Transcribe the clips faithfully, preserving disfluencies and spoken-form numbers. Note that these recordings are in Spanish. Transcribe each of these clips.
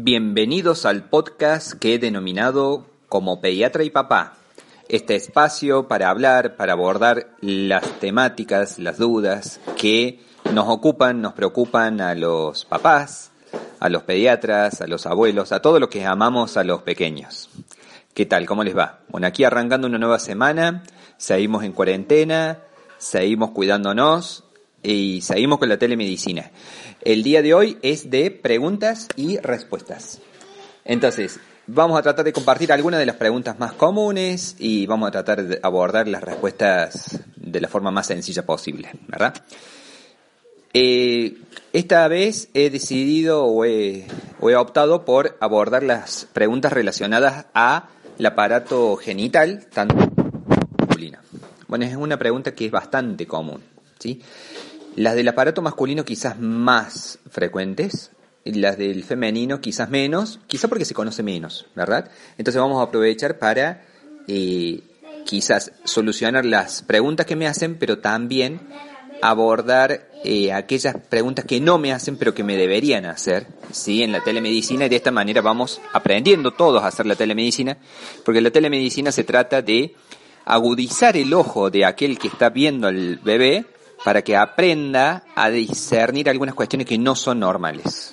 Bienvenidos al podcast que he denominado como Pediatra y Papá. Este espacio para hablar, para abordar las temáticas, las dudas que nos ocupan, nos preocupan a los papás, a los pediatras, a los abuelos, a todo lo que amamos a los pequeños. ¿Qué tal? ¿Cómo les va? Bueno, aquí arrancando una nueva semana, seguimos en cuarentena, seguimos cuidándonos y seguimos con la telemedicina. El día de hoy es de preguntas y respuestas. Entonces, vamos a tratar de compartir algunas de las preguntas más comunes y vamos a tratar de abordar las respuestas de la forma más sencilla posible, ¿verdad? Eh, esta vez he decidido o he, o he optado por abordar las preguntas relacionadas al aparato genital, tanto masculino. Bueno, es una pregunta que es bastante común, ¿sí? Las del aparato masculino quizás más frecuentes, las del femenino quizás menos, quizás porque se conoce menos, ¿verdad? Entonces vamos a aprovechar para eh, quizás solucionar las preguntas que me hacen, pero también abordar eh, aquellas preguntas que no me hacen, pero que me deberían hacer, ¿sí? En la telemedicina, y de esta manera vamos aprendiendo todos a hacer la telemedicina, porque la telemedicina se trata de agudizar el ojo de aquel que está viendo al bebé, para que aprenda a discernir algunas cuestiones que no son normales.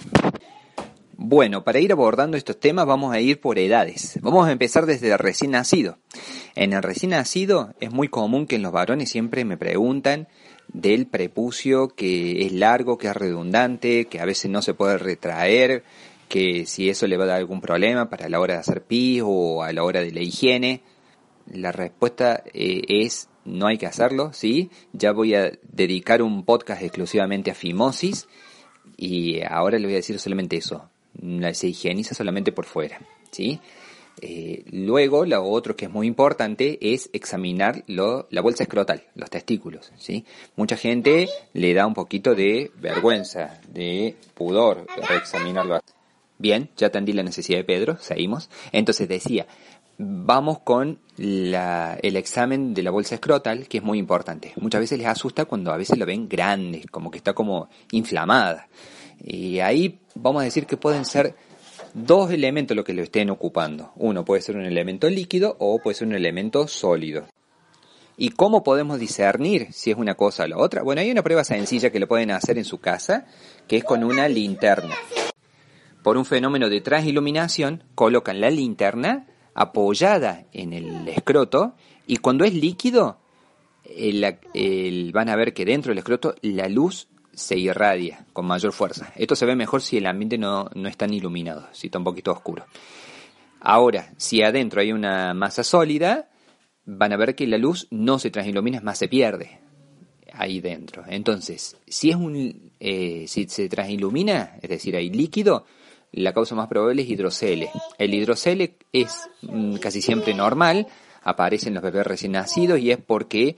Bueno, para ir abordando estos temas vamos a ir por edades. Vamos a empezar desde el recién nacido. En el recién nacido es muy común que en los varones siempre me preguntan del prepucio, que es largo, que es redundante, que a veces no se puede retraer, que si eso le va a dar algún problema para la hora de hacer pis o a la hora de la higiene. La respuesta eh, es no hay que hacerlo, ¿sí? Ya voy a dedicar un podcast exclusivamente a fimosis y ahora le voy a decir solamente eso. Se higieniza solamente por fuera, ¿sí? Eh, luego, lo otro que es muy importante es examinar lo, la bolsa escrotal, los testículos, ¿sí? Mucha gente le da un poquito de vergüenza, de pudor examinarlo. Bien, ya atendí la necesidad de Pedro, seguimos. Entonces decía, vamos con la, el examen de la bolsa escrotal, que es muy importante. Muchas veces les asusta cuando a veces lo ven grande, como que está como inflamada. Y ahí vamos a decir que pueden ser dos elementos los que lo estén ocupando. Uno puede ser un elemento líquido o puede ser un elemento sólido. ¿Y cómo podemos discernir si es una cosa o la otra? Bueno, hay una prueba sencilla que lo pueden hacer en su casa, que es con una linterna. Por un fenómeno de transiluminación, colocan la linterna apoyada en el escroto y cuando es líquido el, el, van a ver que dentro del escroto la luz se irradia con mayor fuerza. Esto se ve mejor si el ambiente no, no es tan iluminado, si está un poquito oscuro. Ahora, si adentro hay una masa sólida, van a ver que la luz no se transilumina, es más, se pierde ahí dentro. Entonces, si es un eh, si se transilumina, es decir, hay líquido, la causa más probable es hidrocele. El hidrocele es mm, casi siempre normal, aparece en los bebés recién nacidos y es porque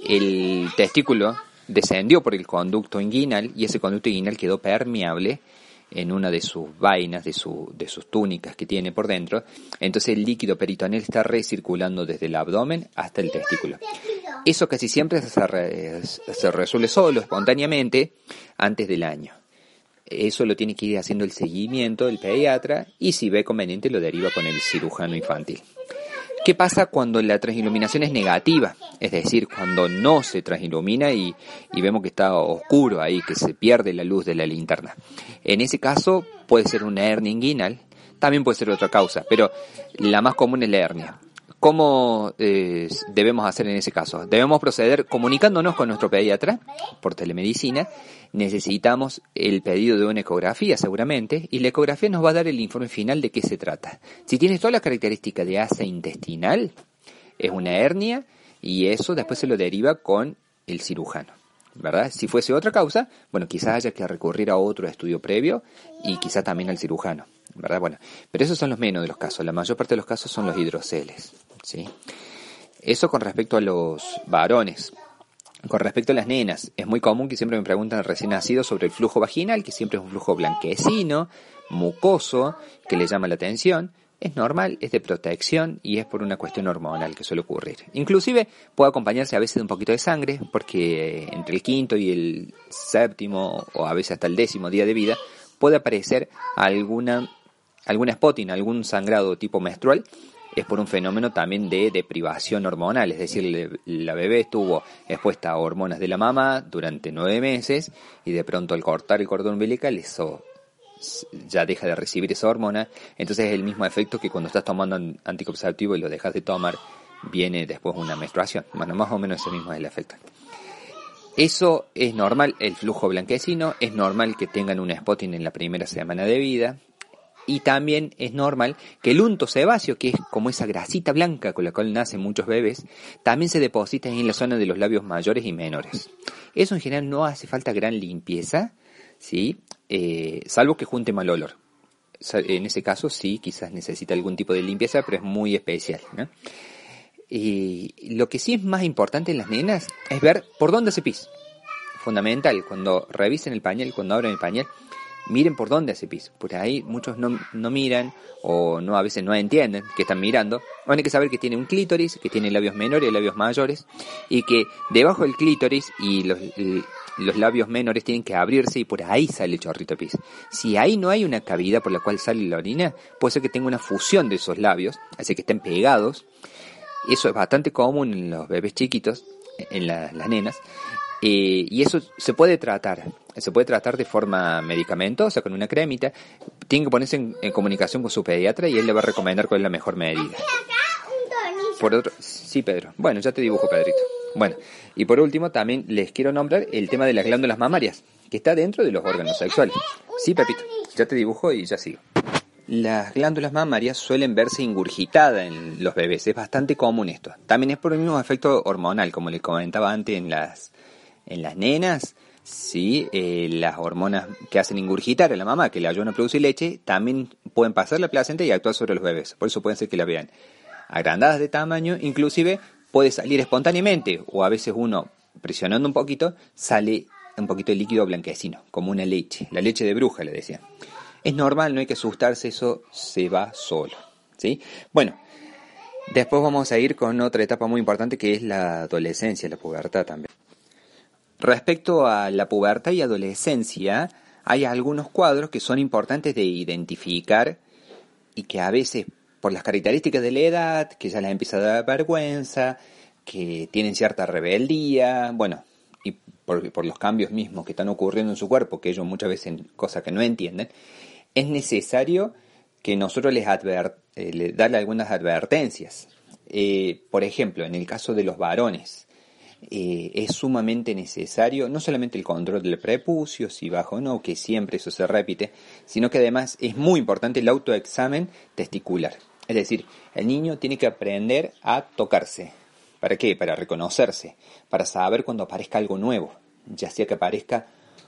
el testículo descendió por el conducto inguinal y ese conducto inguinal quedó permeable en una de sus vainas, de, su, de sus túnicas que tiene por dentro. Entonces el líquido peritoneal está recirculando desde el abdomen hasta el testículo. Eso casi siempre se, re, se resuelve solo, espontáneamente, antes del año. Eso lo tiene que ir haciendo el seguimiento del pediatra y si ve conveniente lo deriva con el cirujano infantil. ¿Qué pasa cuando la transiluminación es negativa? Es decir, cuando no se transilumina y, y vemos que está oscuro ahí, que se pierde la luz de la linterna. En ese caso puede ser una hernia inguinal, también puede ser otra causa, pero la más común es la hernia. ¿Cómo eh, debemos hacer en ese caso? Debemos proceder comunicándonos con nuestro pediatra por telemedicina. Necesitamos el pedido de una ecografía seguramente y la ecografía nos va a dar el informe final de qué se trata. Si tienes todas las características de asa intestinal, es una hernia y eso después se lo deriva con el cirujano, ¿verdad? Si fuese otra causa, bueno, quizás haya que recurrir a otro estudio previo y quizás también al cirujano, ¿verdad? Bueno, pero esos son los menos de los casos. La mayor parte de los casos son los hidroceles, ¿sí? Eso con respecto a los varones. Con respecto a las nenas, es muy común que siempre me preguntan recién nacidos sobre el flujo vaginal, que siempre es un flujo blanquecino, mucoso, que le llama la atención. Es normal, es de protección y es por una cuestión hormonal que suele ocurrir. Inclusive puede acompañarse a veces de un poquito de sangre, porque entre el quinto y el séptimo, o a veces hasta el décimo día de vida, puede aparecer alguna algún spotting, algún sangrado tipo menstrual, es por un fenómeno también de deprivación hormonal, es decir, la bebé estuvo expuesta a hormonas de la mamá durante nueve meses y de pronto al cortar el cordón umbilical eso ya deja de recibir esa hormona, entonces es el mismo efecto que cuando estás tomando anticonceptivo y lo dejas de tomar, viene después una menstruación. Bueno, más o menos ese mismo es el efecto. Eso es normal, el flujo blanquecino, es normal que tengan un spotting en la primera semana de vida. Y también es normal que el unto sebáceo, que es como esa grasita blanca con la cual nacen muchos bebés, también se deposita en la zona de los labios mayores y menores. Eso en general no hace falta gran limpieza, ¿sí? Eh, salvo que junte mal olor. En ese caso sí, quizás necesita algún tipo de limpieza, pero es muy especial, ¿no? Y lo que sí es más importante en las nenas es ver por dónde hace pis. Fundamental, cuando revisen el pañal, cuando abren el pañal, miren por dónde hace pis. Por ahí muchos no, no miran o no a veces no entienden que están mirando. Bueno, hay que saber que tiene un clítoris, que tiene labios menores y labios mayores, y que debajo del clítoris y los, los labios menores tienen que abrirse y por ahí sale el chorrito de pis. Si ahí no hay una cavidad por la cual sale la orina, puede ser que tenga una fusión de esos labios, así que estén pegados. Eso es bastante común en los bebés chiquitos, en la, las nenas. Eh, y eso se puede tratar, se puede tratar de forma medicamentosa, con una cremita. Tiene que ponerse en, en comunicación con su pediatra y él le va a recomendar cuál es la mejor medida. Por otro, sí, Pedro. Bueno, ya te dibujo, Pedrito. Bueno, y por último también les quiero nombrar el tema de las glándulas mamarias, que está dentro de los órganos sexuales. Sí, Pepito, ya te dibujo y ya sigo. Las glándulas mamarias suelen verse ingurgitadas en los bebés, es bastante común esto. También es por el mismo efecto hormonal, como les comentaba antes en las... En las nenas, sí, eh, las hormonas que hacen ingurgitar a la mamá, que le ayudan a producir leche, también pueden pasar la placenta y actuar sobre los bebés. Por eso pueden ser que la vean agrandadas de tamaño, inclusive puede salir espontáneamente, o a veces uno, presionando un poquito, sale un poquito de líquido blanquecino, como una leche, la leche de bruja, le decían. Es normal, no hay que asustarse, eso se va solo, ¿sí? Bueno, después vamos a ir con otra etapa muy importante que es la adolescencia, la pubertad también. Respecto a la pubertad y adolescencia, hay algunos cuadros que son importantes de identificar y que a veces, por las características de la edad, que ya les empieza a dar vergüenza, que tienen cierta rebeldía, bueno, y por, por los cambios mismos que están ocurriendo en su cuerpo, que ellos muchas veces cosas que no entienden, es necesario que nosotros les adver, eh, les darle algunas advertencias. Eh, por ejemplo, en el caso de los varones, Eh, es sumamente necesario no solamente el control del prepucio, si bajo o no, que siempre eso se repite, sino que además es muy importante el autoexamen testicular. Es decir, el niño tiene que aprender a tocarse. ¿Para qué? Para reconocerse, para saber cuando aparezca algo nuevo, ya sea que aparezca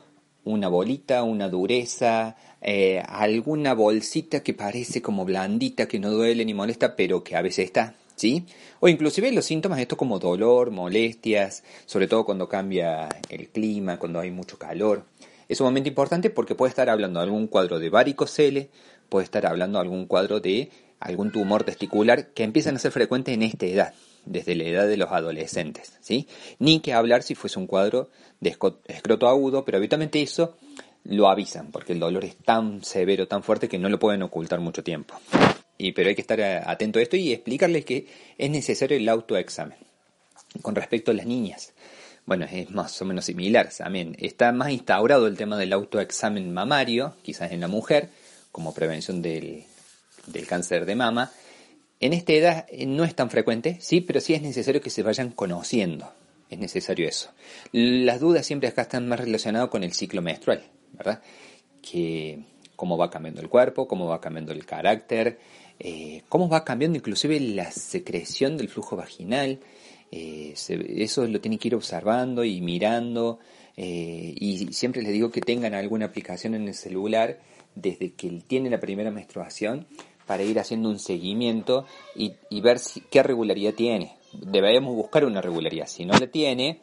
una bolita, una dureza, eh, alguna bolsita que parece como blandita, que no duele ni molesta, pero que a veces está, ¿sí? O inclusive los síntomas, esto como dolor, molestias, sobre todo cuando cambia el clima, cuando hay mucho calor. Es sumamente importante porque puede estar hablando de algún cuadro de varicocele, puede estar hablando de algún cuadro de algún tumor testicular que empiezan a ser frecuentes en esta edad, desde la edad de los adolescentes, ¿sí? Ni que hablar si fuese un cuadro de escroto agudo, pero habitualmente eso lo avisan, porque el dolor es tan severo, tan fuerte, que no lo pueden ocultar mucho tiempo. Y, pero hay que estar atento a esto y explicarles que es necesario el autoexamen. Con respecto a las niñas, bueno, es más o menos similar también. Está más instaurado el tema del autoexamen mamario, quizás en la mujer, como prevención del, del cáncer de mama. En esta edad no es tan frecuente, sí, pero sí es necesario que se vayan conociendo. Es necesario eso. Las dudas siempre acá están más relacionadas con el ciclo menstrual, ¿verdad? Que cómo va cambiando el cuerpo, cómo va cambiando el carácter, eh, cómo va cambiando inclusive la secreción del flujo vaginal. Eh, se, eso lo tienen que ir observando y mirando. Eh, y siempre les digo que tengan alguna aplicación en el celular desde que tiene la primera menstruación, para ir haciendo un seguimiento y, y ver si, qué regularidad tiene. Debemos buscar una regularidad. Si no la tiene,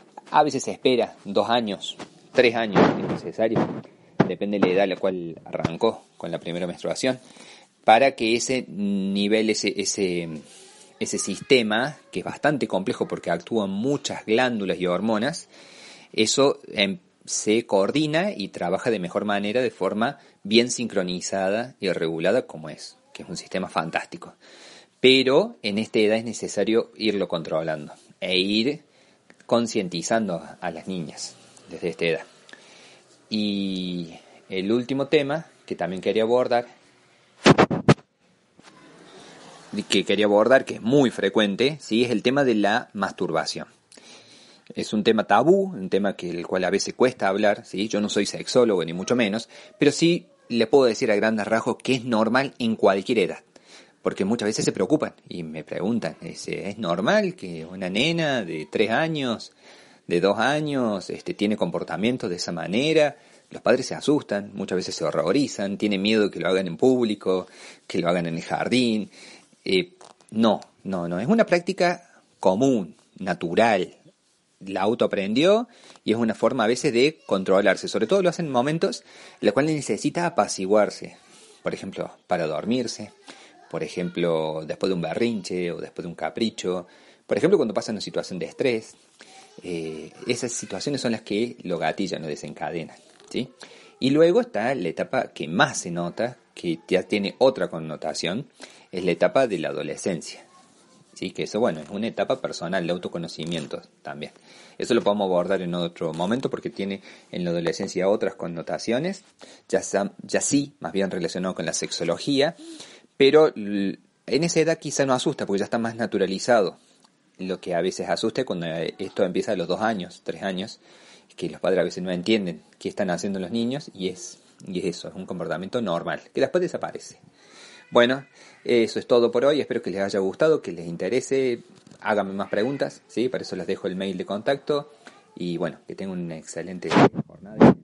a veces se espera dos años, tres años, es necesario, depende de la edad a la cual arrancó con la primera menstruación, para que ese nivel, ese, ese, ese sistema, que es bastante complejo porque actúan muchas glándulas y hormonas, eso eh, se coordina y trabaja de mejor manera, de forma bien sincronizada y regulada como es, que es un sistema fantástico. Pero en esta edad es necesario irlo controlando e ir concientizando a las niñas desde esta edad. Y el último tema que también quería abordar, que quería abordar, que es muy frecuente, ¿sí? Es el tema de la masturbación. Es un tema tabú, un tema que el cual a veces cuesta hablar, ¿sí? Yo no soy sexólogo ni mucho menos, pero sí le puedo decir a grandes rasgos que es normal en cualquier edad. Porque muchas veces se preocupan y me preguntan, ¿es, es normal que una nena de tres años, de dos años, este, tiene comportamiento de esa manera? Los padres se asustan, muchas veces se horrorizan, tienen miedo de que lo hagan en público, que lo hagan en el jardín. Eh, no, no, no, es una práctica común, natural. La auto aprendió y es una forma a veces de controlarse. Sobre todo lo hacen en momentos en los cuales necesita apaciguarse. Por ejemplo, para dormirse. Por ejemplo, después de un berrinche o después de un capricho. Por ejemplo, cuando pasa una situación de estrés. Eh, esas situaciones son las que lo gatillan, lo desencadenan, ¿sí? Y luego está la etapa que más se nota, que ya tiene otra connotación, es la etapa de la adolescencia. Sí, que eso, bueno, es una etapa personal de autoconocimiento también. Eso lo podemos abordar en otro momento porque tiene en la adolescencia otras connotaciones, ya, ya sí, más bien relacionado con la sexología, pero en esa edad quizá no asusta porque ya está más naturalizado. Lo que a veces asusta cuando esto empieza a los dos años, tres años, es que los padres a veces no entienden qué están haciendo los niños y es, y es eso, es un comportamiento normal, que después desaparece. Bueno, eso es todo por hoy, espero que les haya gustado, que les interese, háganme más preguntas, ¿sí? Para eso les dejo el mail de contacto y bueno, que tengan una excelente jornada.